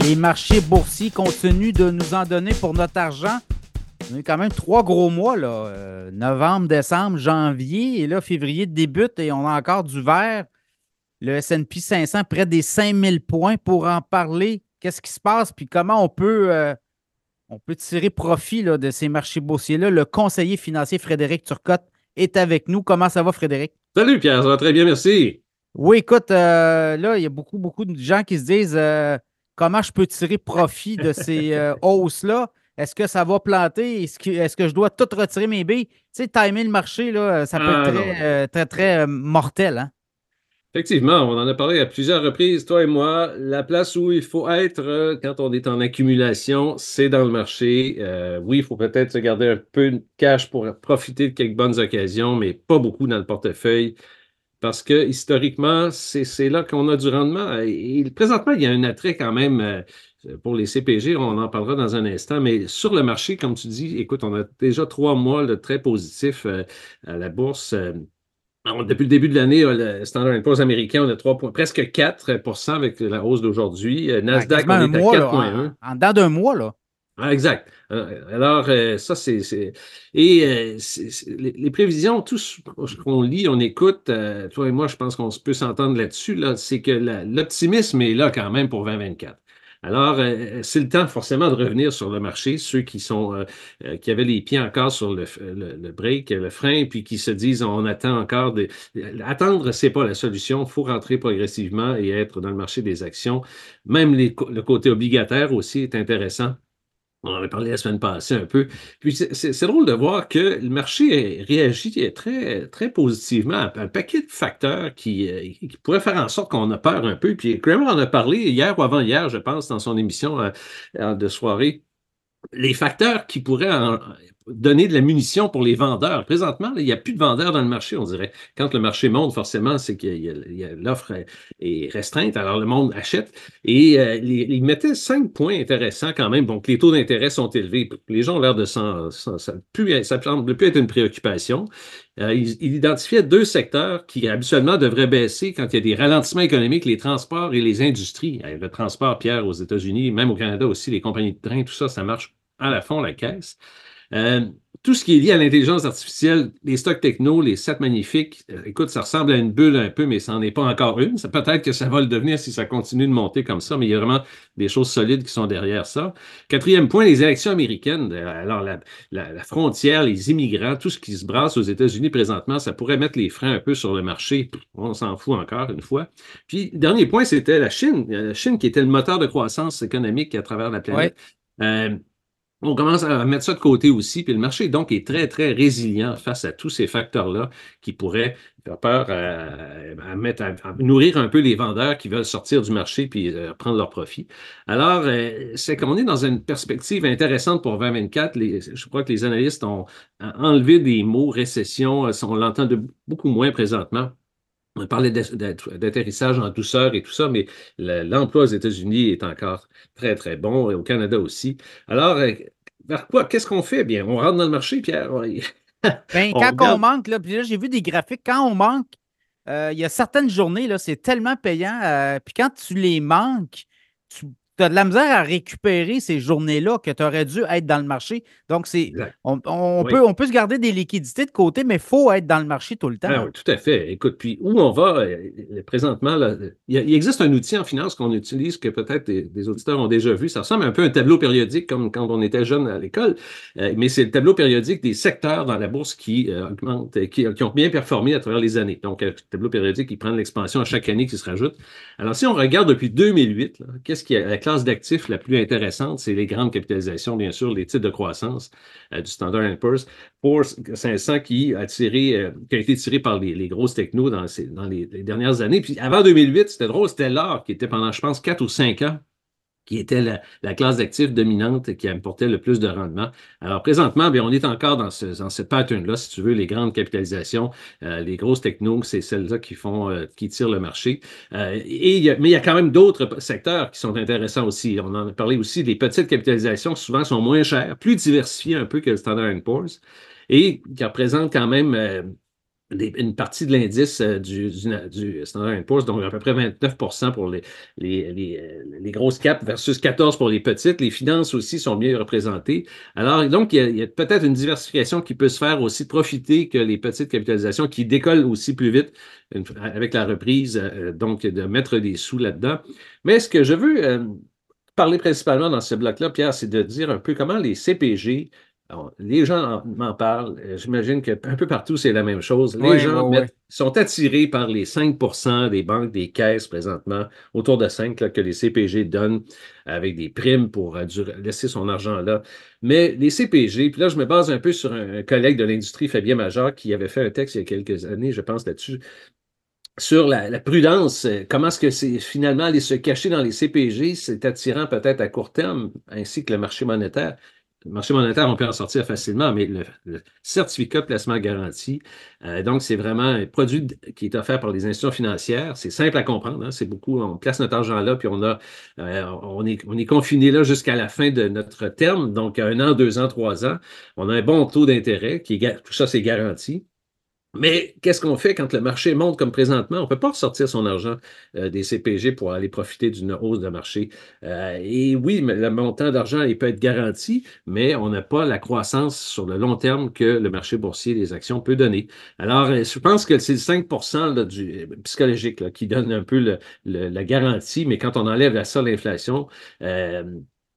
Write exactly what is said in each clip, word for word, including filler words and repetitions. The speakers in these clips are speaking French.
Les marchés boursiers continuent de nous en donner pour notre argent. On a eu quand même trois gros mois, là. Euh, novembre, décembre, janvier. Et là, février débute et on a encore du vert. Le S and P cinq cents, près des cinq mille points pour en parler. Qu'est-ce qui se passe? Puis comment on peut, euh, on peut tirer profit là, de ces marchés boursiers-là? Le conseiller financier Frédéric Turcotte est avec nous. Comment ça va, Frédéric? Salut Pierre, ça va très bien, merci. Oui, écoute, euh, là, il y a beaucoup, beaucoup de gens qui se disent euh, comment je peux tirer profit de ces euh, hausses-là? Est-ce que ça va planter? Est-ce que, est-ce que je dois tout retirer mes billes? Tu sais, timer le marché, là, ça peut être Ah non, très, euh, très, très euh, mortel, hein? effectivement, on en a parlé à plusieurs reprises, toi et moi. La place où il faut être euh, quand on est en accumulation, c'est dans le marché. Euh, oui, il faut peut-être se garder un peu de cash pour profiter de quelques bonnes occasions, mais pas beaucoup dans le portefeuille. Parce que historiquement, c'est c'est là qu'on a du rendement. Et, et présentement, il y a un attrait quand même euh, pour les C P G, on en parlera dans un instant, mais sur le marché, comme tu dis, écoute, on a déjà trois mois de très positifs euh, à la bourse. Euh, alors, depuis le début de l'année, euh, le Standard and Poor's américain, on a trois points, presque quatre pour cent avec la hausse d'aujourd'hui. Euh, Ouais, Nasdaq, quasiment on un est à mois, quatre là, virgule un. en, en dedans d'un mois, là. Ah, exact. Euh, Alors, euh, ça, c'est. c'est- Et euh, c'est- c'est- les, les prévisions, tout ce qu'on lit, on écoute, euh, toi et moi, je pense qu'on se peut s'entendre là-dessus, là, c'est que la- l'optimisme est là quand même pour vingt vingt-quatre. Alors, euh, c'est le temps forcément de revenir sur le marché, ceux qui sont euh, euh, qui avaient les pieds encore sur le, le, le break, le frein, puis qui se disent on attend encore des. Attendre, c'est pas la solution. Il faut rentrer progressivement et être dans le marché des actions. Même les co- le côté obligataire aussi est intéressant. On en avait parlé la semaine passée un peu. Puis c'est c'est- c'est drôle de voir que le marché réagit très, très positivement à un paquet de facteurs qui, euh, qui pourraient faire en sorte qu'on a peur un peu. Puis Kramer en a parlé hier ou avant-hier, je pense, dans son émission euh, de soirée les facteurs qui pourraient en- donner de la munition pour les vendeurs. Présentement, là, il n'y a plus de vendeurs dans le marché, on dirait. Quand le marché monte, forcément, c'est que l'offre est restreinte, alors le monde achète. Et euh, les- ils mettaient cinq points intéressants quand même. Donc, les taux d'intérêt sont élevés. Les gens ont l'air de s'en... s'en- Ça ne semble plus être une préoccupation. Euh, il, il identifiait deux secteurs qui habituellement devraient baisser quand il y a des ralentissements économiques, les transports et les industries. Euh, Le transport, Pierre, aux États-Unis, même au Canada aussi, les compagnies de train, tout ça, ça marche à la fond, la caisse. Euh, tout ce qui est lié à l'intelligence artificielle, les stocks techno, les sept magnifiques, euh, écoute, ça ressemble à une bulle un peu, mais ça n'en est pas encore une. Ça, peut-être que ça va le devenir si ça continue de monter comme ça, mais il y a vraiment des choses solides qui sont derrière ça. Quatrième point, les élections américaines. Euh, Alors, la, la, la frontière, les immigrants, tout ce qui se brasse aux États-Unis présentement, ça pourrait mettre les freins un peu sur le marché. On s'en fout encore une fois. Puis, dernier point, c'était la Chine. La Chine qui était le moteur de croissance économique à travers la Oui. planète. Euh, on commence à mettre ça de côté aussi, puis le marché donc est très, très résilient face à tous ces facteurs-là qui pourraient faire peur à, à mettre, à, à nourrir un peu les vendeurs qui veulent sortir du marché puis euh, prendre leur profit. Alors, euh, c'est qu'on est dans une perspective intéressante pour vingt vingt-quatre. Les, je crois que les analystes ont enlevé des mots récession, on l'entend de beaucoup moins présentement. On parlait d'atterrissage en douceur et tout ça, mais l'emploi aux États-Unis est encore très, très bon, et au Canada aussi. Alors, euh, vers quoi? Qu'est-ce qu'on fait? Bien, on rentre dans le marché, Pierre. On, Ben, on quand on regarde. manque, là, puis là, j'ai vu des graphiques, quand on manque, euh, il y a certaines journées, là, c'est tellement payant. Euh, puis quand tu les manques, tu as de la misère à récupérer ces journées-là que tu aurais dû être dans le marché. Donc, c'est, Exact. on, on Oui. peut, on peut se garder des liquidités de côté, mais il faut être dans le marché tout le temps, Ah hein. oui, tout à fait. Écoute, puis où on va euh, présentement, là, il, y a- il existe un outil en finance qu'on utilise que peut-être des, des auditeurs ont déjà vu. Ça ressemble un peu à un tableau périodique comme quand on était jeune à l'école, Euh, mais c'est le tableau périodique des secteurs dans la bourse qui euh, augmentent, euh, qui, qui ont bien performé à travers les années. Donc, un tableau périodique qui prend de l'expansion à chaque année qui se rajoute. Alors, si on regarde depuis deux mille huit, là, qu'est-ce qui est la classe d'actifs la plus intéressante? C'est les grandes capitalisations, bien sûr, les titres de croissance euh, du Standard and Poor's. Poor's cinq cents qui a tiré, euh, qui a été tiré par les, les grosses technos dans, ces, dans les, les, dernières années. Puis avant deux mille huit, c'était drôle, c'était l'or qui était pendant, je pense, quatre ou cinq ans, qui était la, la classe d'actifs dominante qui apportait le plus de rendement. Alors présentement, bien, on est encore dans ce, dans ce pattern-là, si tu veux, les grandes capitalisations, euh, les grosses technos, c'est celles-là qui font, euh, qui tirent le marché. Euh, et il y a, mais il y a quand même d'autres secteurs qui sont intéressants aussi. On en a parlé aussi, les petites capitalisations souvent sont moins chères, plus diversifiées un peu que le Standard and Poor's et qui représentent quand même euh, des- une partie de l'indice euh, du, du, du Standard and Poor's, donc à peu près vingt-neuf pour cent pour les, les, les, euh, les grosses caps versus quatorze pour les petites. Les finances aussi sont bien représentées. Alors, donc, il y a, il y a peut-être une diversification qui peut se faire aussi, profiter que les petites capitalisations qui décollent aussi plus vite une- avec la reprise, euh, donc de mettre des sous là-dedans. Mais ce que je veux euh, parler principalement dans ce bloc-là, Pierre, c'est de dire un peu comment les C P G, alors, les gens en- m'en parlent, euh, j'imagine qu'un peu partout, c'est la même chose. Les Oui, oui, gens oui. mettent, sont attirés par les cinq pour cent des banques, des caisses présentement, autour de cinq là, que les C P G donnent avec des primes pour euh, du- laisser son argent là. Mais les C P G, puis là, je me base un peu sur un, un collègue de l'industrie, Fabien Major, qui avait fait un texte il y a quelques années, je pense, là-dessus, sur la, la prudence, euh, comment est-ce que c'est finalement aller se cacher dans les C P G, c'est attirant peut-être à court terme, ainsi que le marché monétaire. Le marché monétaire, on peut en sortir facilement, mais le, le certificat de placement garanti, euh, donc c'est vraiment un produit qui est offert par les institutions financières. C'est simple à comprendre, hein, c'est beaucoup, on place notre argent là, puis on a, euh, on est, on est confiné là jusqu'à la fin de notre terme, donc un an, deux ans, trois ans. On a un bon taux d'intérêt, qui est, tout ça c'est garanti. Mais qu'est-ce qu'on fait quand le marché monte comme présentement? On ne peut pas ressortir son argent euh, des C P G pour aller profiter d'une hausse de marché. Euh, et oui, mais le montant d'argent, il peut être garanti, mais on n'a pas la croissance sur le long terme que le marché boursier des actions peut donner. Alors, euh, je pense que c'est le cinq pour cent là, du, euh, psychologique là, qui donne un peu le, le, la garantie, mais quand on enlève à ça l'inflation, euh,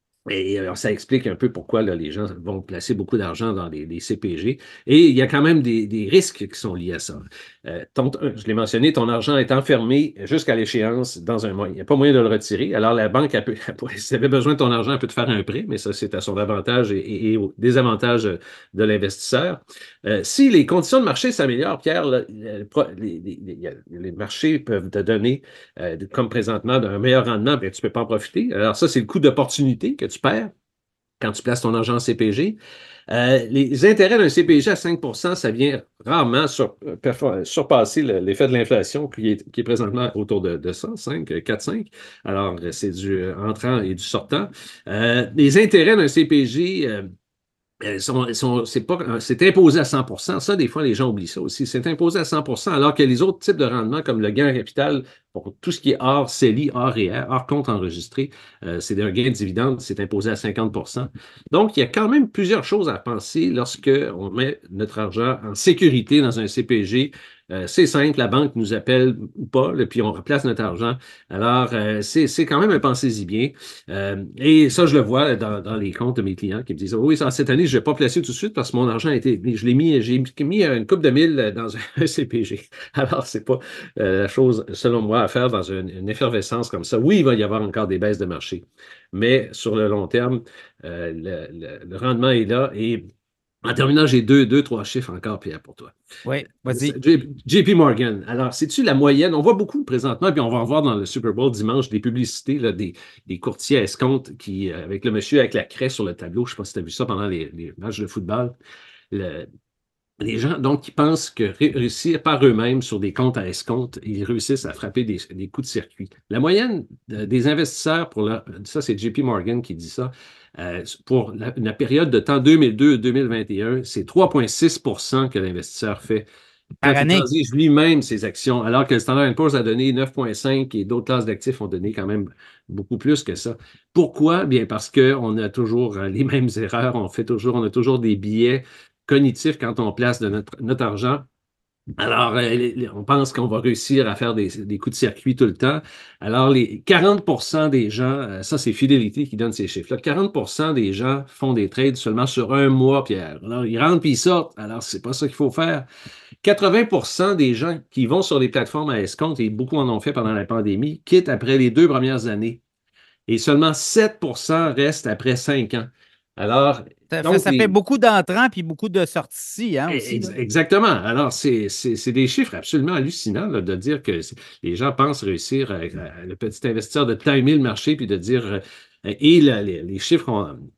et alors, ça explique un peu pourquoi là, les gens vont placer beaucoup d'argent dans les, les C P G. Et il y a quand même des, des risques qui sont liés à ça. Euh, ton- je l'ai mentionné, ton argent est enfermé jusqu'à l'échéance dans un mois. Il n'y a pas moyen de le retirer. Alors, la banque, elle peut, elle peut- si elle avait besoin de ton argent, elle peut te faire un prêt, mais ça, c'est à son avantage et, et- et au désavantage de l'investisseur. Euh, si les conditions de marché s'améliorent, Pierre, là, le pro- les, les- les- les marchés peuvent te donner, euh, comme présentement, un meilleur rendement, bien, tu ne peux pas en profiter. Alors, ça, c'est le coût d'opportunité que tu perds quand tu places ton argent en C P G. Euh, les intérêts d'un C P G à cinq pour cent, ça vient rarement sur, perfor- surpasser le- l'effet de l'inflation qui est, qui est présentement autour de, de ça, cinq, quatre, cinq. Alors, c'est du entrant et du sortant. Euh, les intérêts d'un C P G, euh, elles sont, elles sont- c'est pas, c'est imposé à cent pour cent. Ça, des fois, les gens oublient ça aussi. C'est imposé à cent pour cent, alors que les autres types de rendements, comme le gain en capital, pour tout ce qui est hors C E L I, hors R E E R, hors compte enregistré, euh, c'est un gain de dividende, c'est imposé à cinquante pour cent. Donc, il y a quand même plusieurs choses à penser lorsque on met notre argent en sécurité dans un C P G. Euh, c'est simple, la banque nous appelle ou pas, là, puis on replace notre argent. Alors, euh, c'est c'est quand même un pensez-y bien. Euh, et ça, je le vois dans, dans les comptes de mes clients qui me disent: oui, ça, cette année, je ne vais pas placer tout de suite parce que mon argent a été. Je l'ai mis, j'ai mis une coupe de mille dans un C P G. Alors, c'est pas euh, la chose, selon moi, à faire dans une, une effervescence comme ça. Oui, il va y avoir encore des baisses de marché, mais sur le long terme, euh, le, le- le rendement est là. Et en terminant, j'ai deux, deux, trois chiffres encore, Pierre, pour toi. Oui, vas-y. J P Morgan. Alors, c'est-tu la moyenne? On voit beaucoup présentement, puis on va en voir dans le Super Bowl dimanche des publicités, là, des, des courtiers à escompte qui, euh, avec le monsieur avec la craie sur le tableau. Je ne sais pas si tu as vu ça pendant les, les matchs de football. Le- les gens, donc, qui pensent que ré- réussir par eux-mêmes sur des comptes à escompte, ils réussissent à frapper des, des coups de circuit. La moyenne de- des investisseurs, pour leur, ça, c'est J P Morgan qui dit ça, euh, pour la, la période de temps deux mille deux à deux mille vingt et un, c'est trois virgule six pour cent que l'investisseur fait quand Par il année. transige lui-même ses actions, alors que le Standard and Poor's a donné neuf virgule cinq et d'autres classes d'actifs ont donné quand même beaucoup plus que ça. Pourquoi? Bien parce qu'on a toujours euh, les mêmes erreurs, on fait toujours, on a toujours des biais cognitifs quand on place de notre, notre argent. Alors, euh, les- les- on pense qu'on va réussir à faire des, des coups de circuit tout le temps. Alors, les quarante pour cent des gens, euh, ça c'est Fidélité qui donne ces chiffres-là, quarante pour cent des gens font des trades seulement sur un mois, Pierre. Alors, ils rentrent puis ils sortent. Alors, c'est pas ça qu'il faut faire. quatre-vingts pour cent des gens qui vont sur les plateformes à escompte, et beaucoup en ont fait pendant la pandémie, quittent après les deux premières années. Et seulement sept pour cent restent après cinq ans. Alors, Ça fait, donc, ça fait les, beaucoup d'entrants puis beaucoup de sorties hein, aussi. ex- Là. exactement. Alors, c'est c'est- c'est des chiffres absolument hallucinants là, de dire que c'est- les gens pensent réussir, à- à- le petit investisseur, de timer le marché puis de dire, euh, et la- les, les chiffres ont,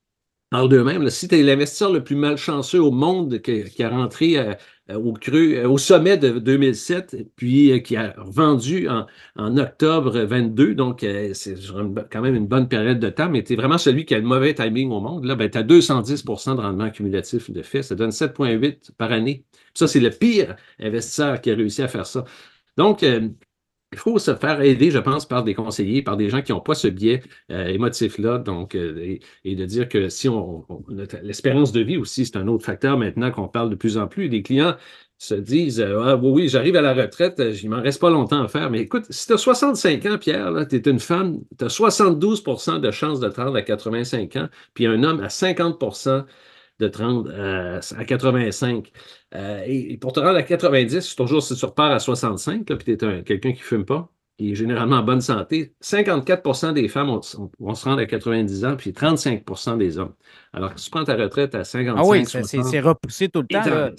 parlent d'eux-mêmes. Là. Si tu es l'investisseur le plus malchanceux au monde qui, qui a rentré euh, au creux, euh, au sommet de deux mille sept, puis euh, qui a vendu en, en octobre vingt-deux, donc euh, c'est quand même une bonne période de temps, mais tu es vraiment celui qui a le mauvais timing au monde, là, ben, tu as deux cent dix pour cent de rendement cumulatif de fait. Ça donne sept virgule huit par année. Ça, c'est le pire investisseur qui a réussi à faire ça. Donc, euh, il faut se faire aider, je pense, par des conseillers, par des gens qui n'ont pas ce biais euh, émotif-là. Donc, euh, et, et, de dire que si on, on l'espérance de vie aussi, c'est un autre facteur maintenant qu'on parle de plus en plus. Les clients se disent euh, ah, oui, oui, j'arrive à la retraite, il ne m'en reste pas longtemps à faire. Mais écoute, si tu as soixante-cinq ans, Pierre, tu es une femme, tu as soixante-douze pour cent de chances de te rendre à quatre-vingt-cinq ans, puis un homme à cinquante pour cent de te rendre euh, à quatre-vingt-cinq. Euh, et, et, pour te rendre à quatre-vingt-dix, toujours si tu repars à soixante-cinq, puis tu es quelqu'un qui ne fume pas, qui est généralement en bonne santé, cinquante-quatre pour cent des femmes vont, vont se rendre à quatre-vingt-dix ans, puis trente-cinq pour cent des hommes. Alors que tu prends ta retraite à Ah oui, cinquante-cinq, soixante, c'est repoussé tout le et temps, là.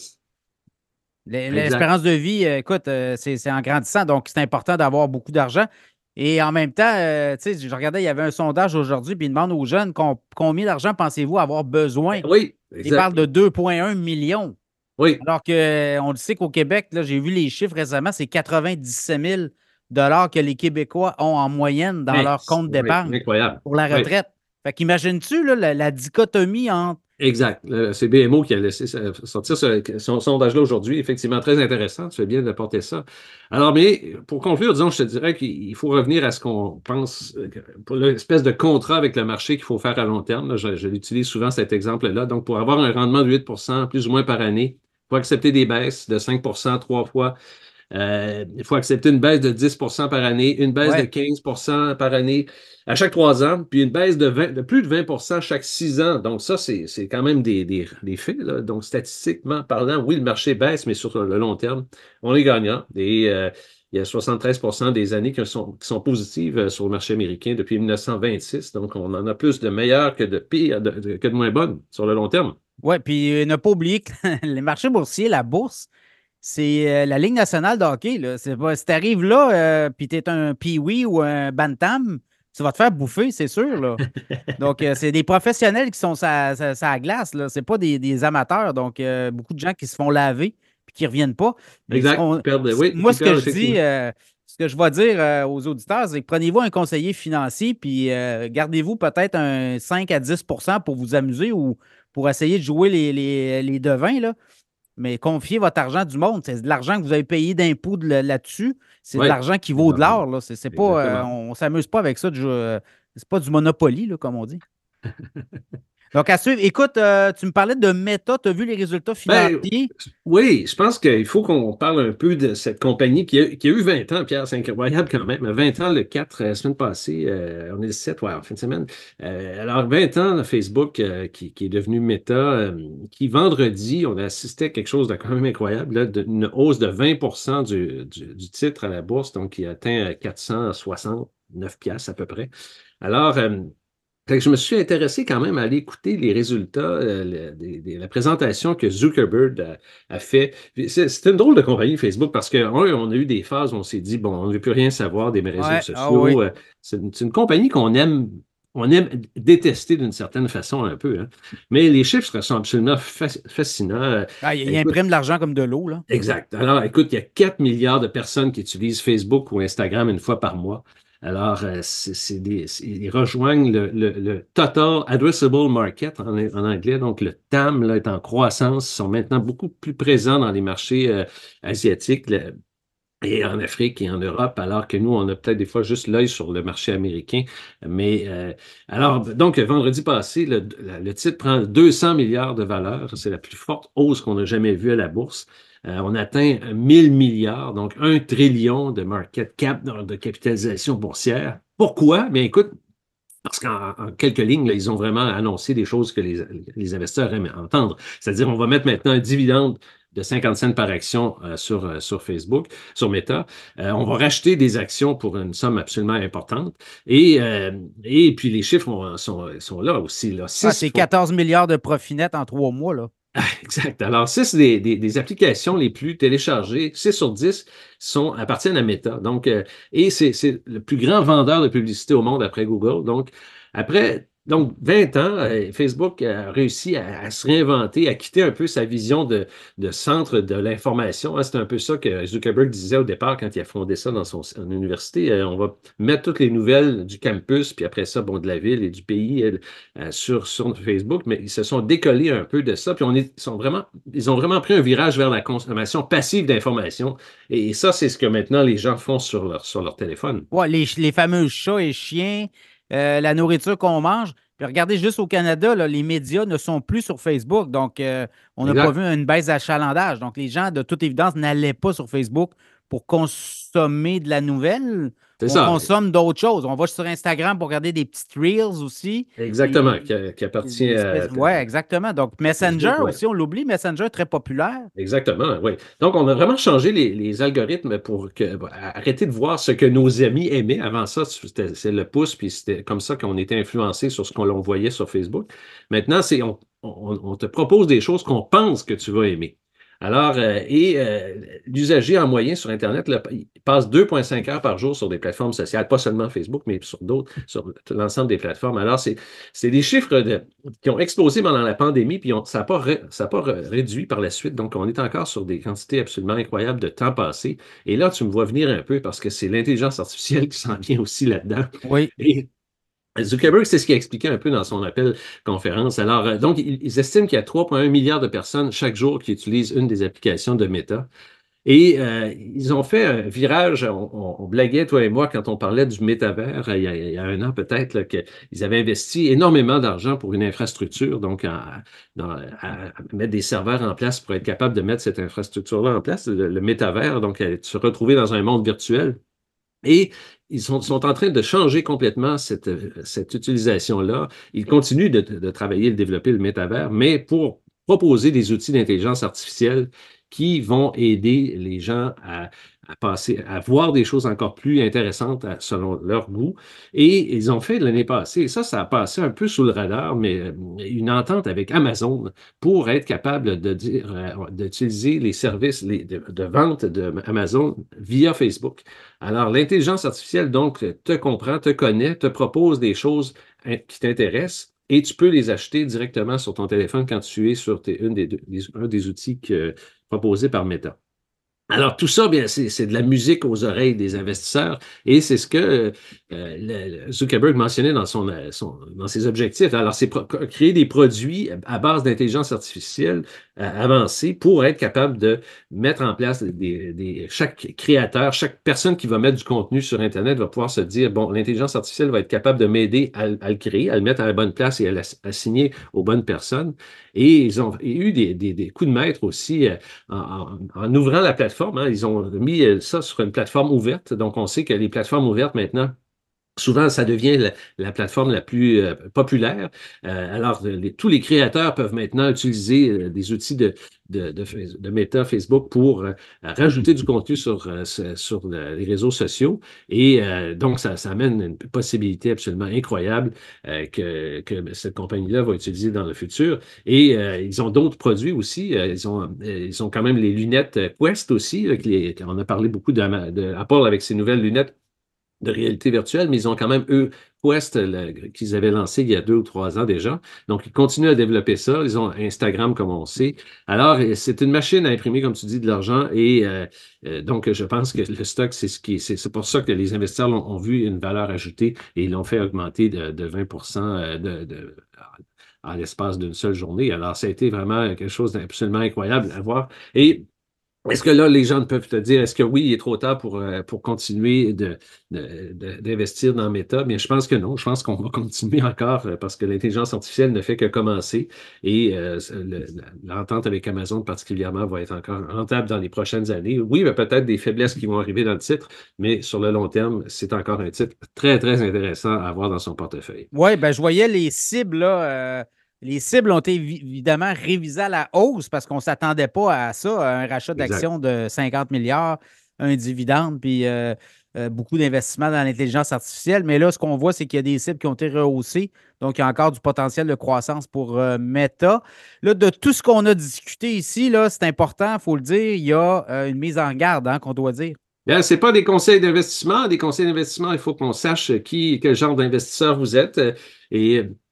Exact. L'espérance de vie, euh, écoute, euh, c'est en grandissant, donc c'est important d'avoir beaucoup d'argent. Et en même temps, euh, tu sais, je regardais, il y avait un sondage aujourd'hui, puis il demande aux jeunes com- combien d'argent pensez-vous avoir besoin? Oui, Il parle exact. de deux virgule un millions. Oui. Alors qu'on le sait qu'au Québec, là, j'ai vu les chiffres récemment, c'est quatre-vingt-dix-sept mille dollars que les Québécois ont en moyenne dans Hey, leur compte oui, d'épargne incroyable. pour la Oui. retraite. Fait qu'imagines-tu là, la, la dichotomie entre. Exact. C'est B M O qui a laissé sortir ce, son sondage-là aujourd'hui. Effectivement, très intéressant. Tu fais bien d'apporter ça. Alors, mais pour conclure, disons, je te dirais qu'il faut revenir à ce qu'on pense, pour l'espèce de contrat avec le marché qu'il faut faire à long terme. Là, je, je l'utilise souvent cet exemple-là. Donc, pour avoir un rendement de huit pour cent plus ou moins par année, il faut accepter des baisses de cinq pour cent trois fois. Euh, il faut accepter une baisse de dix pour cent par année, une baisse de Ouais. quinze pour cent par année à chaque trois ans, puis une baisse de, vingt, de plus de vingt pour cent chaque six ans. Donc, ça, c'est quand même des, des, des faits. Là. Donc, statistiquement parlant, oui, le marché baisse, mais sur le long terme, on est gagnant. Et euh, il y a soixante-treize pour cent des années qui sont, qui sont positives sur le marché américain depuis mille neuf cent vingt-six. Donc, on en a plus de meilleures que de pires, de, de, que de moins bonnes sur le long terme. Oui, puis euh, ne pas oublier que les marchés boursiers, la bourse, c'est euh, la Ligue nationale de hockey. Là. Pas, si tu arrives là, euh, puis tu es un Pee-wee ou un Bantam, tu vas te faire bouffer, c'est sûr. Là. Donc, euh, c'est des professionnels qui sont sa, sa, sa glace. Ce n'est pas des, des amateurs. Donc, euh, beaucoup de gens qui se font laver puis qui ne reviennent pas. Mais ce Exact. qu'on- Ils perdent, oui, moi, ils ce que perdent je dis, effectivement. euh, ce que je vais dire euh, aux auditeurs, c'est que prenez-vous un conseiller financier puis euh, gardez-vous peut-être un cinq à dix pour cent pour vous amuser ou pour essayer de jouer les, les, les devins, là. Mais confiez votre argent du monde. C'est de l'argent que vous avez payé d'impôts de là-dessus. C'est de Oui, l'argent qui vaut de l'or. Là. C'est, c'est pas, euh, exactement. on ne s'amuse pas avec ça. De, euh, c'est pas du Monopoly, là, comme on dit. Donc, à suivre. Écoute, euh, tu me parlais de Meta. Tu as vu les résultats Ben, financiers? oui, je pense qu'il faut qu'on parle un peu de cette compagnie qui a, qui a eu vingt ans, Pierre, c'est incroyable quand même. vingt ans le quatre, la semaine passée, euh, on est le sept, ouais, en fin de semaine. Euh, alors, vingt ans, le Facebook euh, qui, qui est devenu Meta, euh, qui vendredi, on a assisté à quelque chose de quand même incroyable, là, de- une hausse de vingt pour cent du, du, du titre à la bourse, donc qui atteint euh, quatre cent soixante-neuf piastres à peu près. Alors, euh, fait que je me suis intéressé quand même à aller écouter les résultats, euh, le- des- des- la présentation que Zuckerberg a, a fait. C'est c'est une drôle de compagnie Facebook parce que un, on a eu des phases où on s'est dit, bon, on ne veut plus rien savoir des réseaux Ouais, ah oui. sociaux. Euh, C'est une, c'est une compagnie qu'on aime, on aime détester d'une certaine façon un peu, hein. Mais les chiffres sont absolument fas- fascinants. Euh, Ah, il, il Écoute, imprime de l'argent comme de l'eau, là. exact. Alors, écoute, il y a quatre milliards de personnes qui utilisent Facebook ou Instagram une fois par mois. Alors, euh, c'est, c'est des, c'est- ils rejoignent le, le- le Total Addressable Market en, en anglais. Donc, le T A M là, est en croissance. Ils sont maintenant beaucoup plus présents dans les marchés euh, asiatiques le- et en Afrique et en Europe, alors que nous, on a peut-être des fois juste l'œil sur le marché américain. Mais euh, alors, donc, vendredi passé, le, le titre prend deux cents milliards de valeur. C'est la plus forte hausse qu'on a jamais vue à la bourse. Euh, on atteint mille milliards, donc un trillion de market cap, de capitalisation boursière. Pourquoi? Bien, écoute, parce qu'en en quelques lignes, là, ils ont vraiment annoncé des choses que les, les investisseurs aiment entendre. C'est-à-dire, on va mettre maintenant un dividende de cinquante cents par action euh, sur, euh, sur Facebook, sur Meta. Euh, on va racheter des actions pour une somme absolument importante. Et, euh, et puis, les chiffres ont- sont, sont là aussi. Là. Ah, Six c'est quatorze milliards de profit net en trois mois, là. ah, exact. Alors, six des, des, des applications les plus téléchargées, six sur dix, sont, appartiennent à Meta. Donc, euh, et c'est c'est le plus grand vendeur de publicité au monde après Google. Donc, après Donc, vingt ans, euh, Facebook a réussi à, à se réinventer, à quitter un peu sa vision de, de centre de l'information. Hein. C'est un peu ça que Zuckerberg disait au départ quand il a fondé ça dans son en université. Euh, on va mettre toutes les nouvelles du campus, puis après ça, bon, de la ville et du pays euh, euh, sur, sur Facebook, mais ils se sont décollés un peu de ça, puis on est, ils sont vraiment, ils ont vraiment pris un virage vers la consommation passive d'informations. Et, et ça, c'est ce que maintenant les gens font sur leur, sur leur téléphone. Ouais, les, les fameux chats et chiens, euh, la nourriture qu'on mange. Puis regardez, juste au Canada, là, les médias ne sont plus sur Facebook. Donc, euh, on n'a pas Exact. vu une baisse d'achalandage. Donc, les gens, de toute évidence, n'allaient pas sur Facebook pour consommer de la nouvelle. C'est On ça. consomme d'autres choses. On va sur Instagram pour regarder des petites reels aussi. Exactement, Puis, qui, qui appartient à, l'espèce... Ouais, exactement. Donc, à Messenger Facebook, oui. aussi, on l'oublie. Messenger, très populaire. Exactement, oui. Donc, on a vraiment changé les, les algorithmes pour que, arrêter de voir ce que nos amis aimaient. Avant ça, c'était c'est le pouce, puis c'était comme ça qu'on était influencé sur ce qu'on l'on voyait sur Facebook. Maintenant, c'est on, on, on te propose des choses qu'on pense que tu vas aimer. Alors, euh, et euh, l'usager en moyenne sur Internet, là, il passe deux virgule cinq heures par jour sur des plateformes sociales, pas seulement Facebook, mais sur d'autres, sur l'ensemble des plateformes. Alors, c'est, c'est des chiffres de, qui ont explosé pendant la pandémie, puis on, ça n'a pas, ça pas réduit par la suite. Donc, on est encore sur des quantités absolument incroyables de temps passé. Et là, tu me vois venir un peu parce que c'est l'intelligence artificielle qui s'en vient aussi là-dedans. Oui. Et Zuckerberg, c'est ce qu'il a expliqué un peu dans son appel conférence. Alors, euh, donc, ils, ils estiment qu'il y a trois virgule un milliards de personnes chaque jour qui utilisent une des applications de Meta. Et euh, ils ont fait un virage, on, on, on, blaguait, toi et moi, quand on parlait du métavers, il y a, il y a un an peut-être, qu'ils avaient investi énormément d'argent pour une infrastructure, donc à, dans, à, à mettre des serveurs en place pour être capable de mettre cette infrastructure-là en place, le, le métavers, donc à se retrouver dans un monde virtuel. Et ils sont, sont, en train de changer complètement cette, cette utilisation-là. Ils continuent de, de travailler et de développer le métavers, mais pour proposer des outils d'intelligence artificielle qui vont aider les gens à, à passer, à voir des choses encore plus intéressantes à, selon leur goût. Et ils ont fait l'année passée, et ça, ça a passé un peu sous le radar, mais une entente avec Amazon pour être capable de dire, d'utiliser les services les, de, de vente d'Amazon via Facebook. Alors, l'intelligence artificielle, donc, te comprend, te connaît, te propose des choses qui t'intéressent et tu peux les acheter directement sur ton téléphone quand tu es sur tes, une des, des, un des outils que, proposés par Meta. Alors, tout ça, bien, c'est, c'est de la musique aux oreilles des investisseurs et c'est ce que euh, le, Zuckerberg mentionnait dans, son, son, dans ses objectifs. Alors, c'est pro- créer des produits à base d'intelligence artificielle euh, avancée pour être capable de mettre en place des, des, chaque créateur, chaque personne qui va mettre du contenu sur Internet va pouvoir se dire, bon, l'intelligence artificielle va être capable de m'aider à, à le créer, à le mettre à la bonne place et à l'assigner aux bonnes personnes. Et ils ont eu des, des, des coups de maître aussi euh, en, en, en ouvrant la plateforme. Hein, ils ont mis ça sur une plateforme ouverte. Donc, on sait que les plateformes ouvertes maintenant, souvent, ça devient la, la plateforme la plus euh, populaire. Euh, alors, les, tous les créateurs peuvent maintenant utiliser euh, des outils de, de, de, de Meta, Facebook pour euh, rajouter du contenu sur, euh, sur les réseaux sociaux. Et euh, donc, ça, ça amène une possibilité absolument incroyable euh, que, que cette compagnie-là va utiliser dans le futur. Et euh, ils ont d'autres produits aussi. Euh, ils, ont, euh, ils ont quand même les lunettes Quest aussi. Là, les, on a parlé beaucoup d'Apple de avec ses nouvelles lunettes de réalité virtuelle, mais ils ont quand même, eux, Quest, qu'ils avaient lancé il y a deux ou trois ans déjà. Donc, ils continuent à développer ça. Ils ont Instagram, comme on sait. Alors, c'est une machine à imprimer, comme tu dis, de l'argent. Et euh, euh, donc, je pense que le stock, c'est ce qui, c'est, c'est pour ça que les investisseurs ont, ont vu une valeur ajoutée et ils l'ont fait augmenter de, de vingt pour cent de, de, en l'espace d'une seule journée. Alors, ça a été vraiment quelque chose d'absolument incroyable à voir. Et est-ce que là, les gens peuvent te dire, est-ce que oui, il est trop tard pour, euh, pour continuer de, de, de, d'investir dans Meta? Mais je pense que non. Je pense qu'on va continuer encore euh, parce que l'intelligence artificielle ne fait que commencer et euh, le, l'entente avec Amazon particulièrement va être encore rentable dans les prochaines années. Oui, il y a peut-être des faiblesses qui vont arriver dans le titre, mais sur le long terme, c'est encore un titre très, très intéressant à avoir dans son portefeuille. Oui, ben, je voyais les cibles, là. Euh, les cibles ont été évidemment révisées à la hausse parce qu'on ne s'attendait pas à ça, à un rachat Exact. d'actions de cinquante milliards, un dividende, puis euh, euh, beaucoup d'investissements dans l'intelligence artificielle. Mais là, ce qu'on voit, c'est qu'il y a des cibles qui ont été rehaussées. Donc, il y a encore du potentiel de croissance pour euh, Meta. Là, de tout ce qu'on a discuté ici, là, c'est important, il faut le dire, il y a euh, une mise en garde hein, qu'on doit dire. Bien, ce n'est pas des conseils d'investissement. Des conseils d'investissement, il faut qu'on sache qui, quel genre d'investisseur vous êtes. Et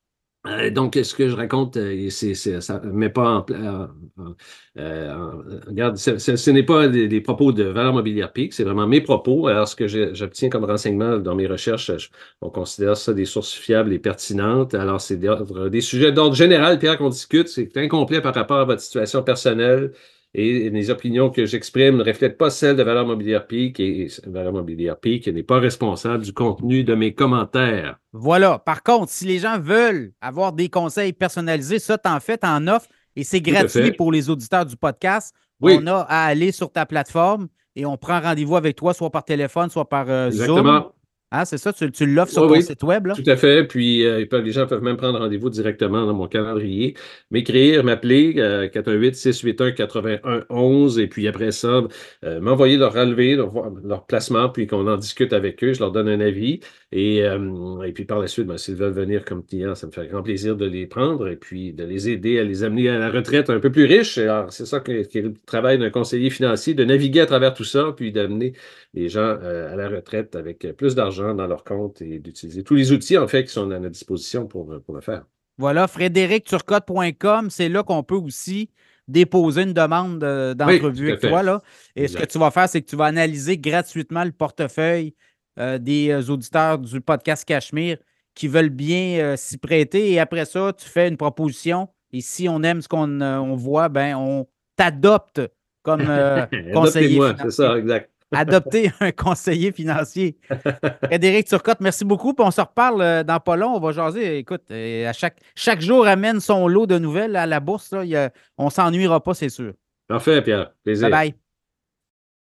Euh, donc, ce que je raconte, euh, c'est, c'est- ça ne met pas en, pla- en- en- euh, en- regarde, ce, ce- ce n'est pas des, des propos de Valeurs Mobilière Peak, c'est vraiment mes propos. Alors, ce que j'ai- j'obtiens comme renseignement dans mes recherches, je- on considère ça des sources fiables et pertinentes. Alors, c'est des, des sujets d'ordre général, Pierre, qu'on discute. C'est incomplet par rapport à votre situation personnelle et les opinions que j'exprime ne reflètent pas celles de Valeurs Mobilière Peak et Valeurs Mobilière Peak n'est pas responsable du contenu de mes commentaires. Voilà. Par contre, si les gens veulent avoir des conseils personnalisés, ça, t'en fais, t'en offres, et c'est Tout à gratuit fait. pour les auditeurs du podcast. On Oui, a à aller sur ta plateforme et on prend rendez-vous avec toi, soit par téléphone, soit par euh, Zoom. exactement. Hein, c'est ça, tu, tu l'offres sur Oui, ton oui, site web, là? tout à fait. Puis euh, ils peuvent- les gens peuvent même prendre rendez-vous directement dans mon calendrier, m'écrire, m'appeler euh, quatre un huit, six huit un, quatre un onze et puis après ça, euh, m'envoyer leur relevé, leur, leur placement, puis qu'on en discute avec eux, je leur donne un avis. Et, euh, et puis par la suite, ben, s'ils veulent venir comme clients, ça me fait grand plaisir de les prendre et puis de les aider à les amener à la retraite un peu plus riche. Alors, c'est ça que- qui est le travail d'un conseiller financier, de naviguer à travers tout ça, puis d'amener les gens euh, à la retraite avec plus d'argent dans leur compte et d'utiliser tous les outils, en fait, qui sont à notre disposition pour, pour le faire. Voilà, frédéric turcotte point com, c'est là qu'on peut aussi déposer une demande de- Oui, d'entrevue tout à avec toi, fait. là. Et ce que Exact. tu vas faire, c'est que tu vas analyser gratuitement le portefeuille euh, des euh, auditeurs du podcast Cachemire qui veulent bien euh, s'y prêter. Et après ça, tu fais une proposition. Et si on aime ce qu'on euh, on voit, ben on t'adopte comme euh, conseiller Adoptez-moi, c'est financier. ça, exact. Adopter un conseiller financier. Frédéric Turcotte, merci beaucoup. Puis on se reparle euh, dans pas long. On va jaser. Écoute, euh, à chaque, chaque jour amène son lot de nouvelles à la bourse. Là. Il y a- on ne s'ennuiera pas, c'est sûr. Parfait, Pierre. Bye Plaisir. bye.